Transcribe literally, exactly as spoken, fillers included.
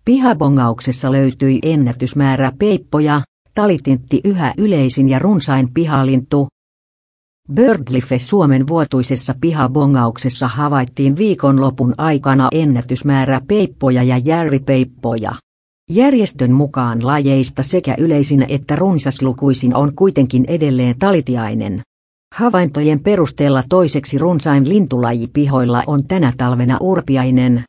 Pihabongauksessa löytyi ennätysmäärä peippoja, talitintti yhä yleisin ja runsain pihalintu. BirdLife Suomen vuotuisessa pihabongauksessa havaittiin viikonlopun aikana ennätysmäärä peippoja ja järvipeippoja. Järjestön mukaan lajeista sekä yleisin että runsaslukuisin on kuitenkin edelleen talitiainen. Havaintojen perusteella toiseksi runsain lintulaji pihoilla on tänä talvena urpiainen.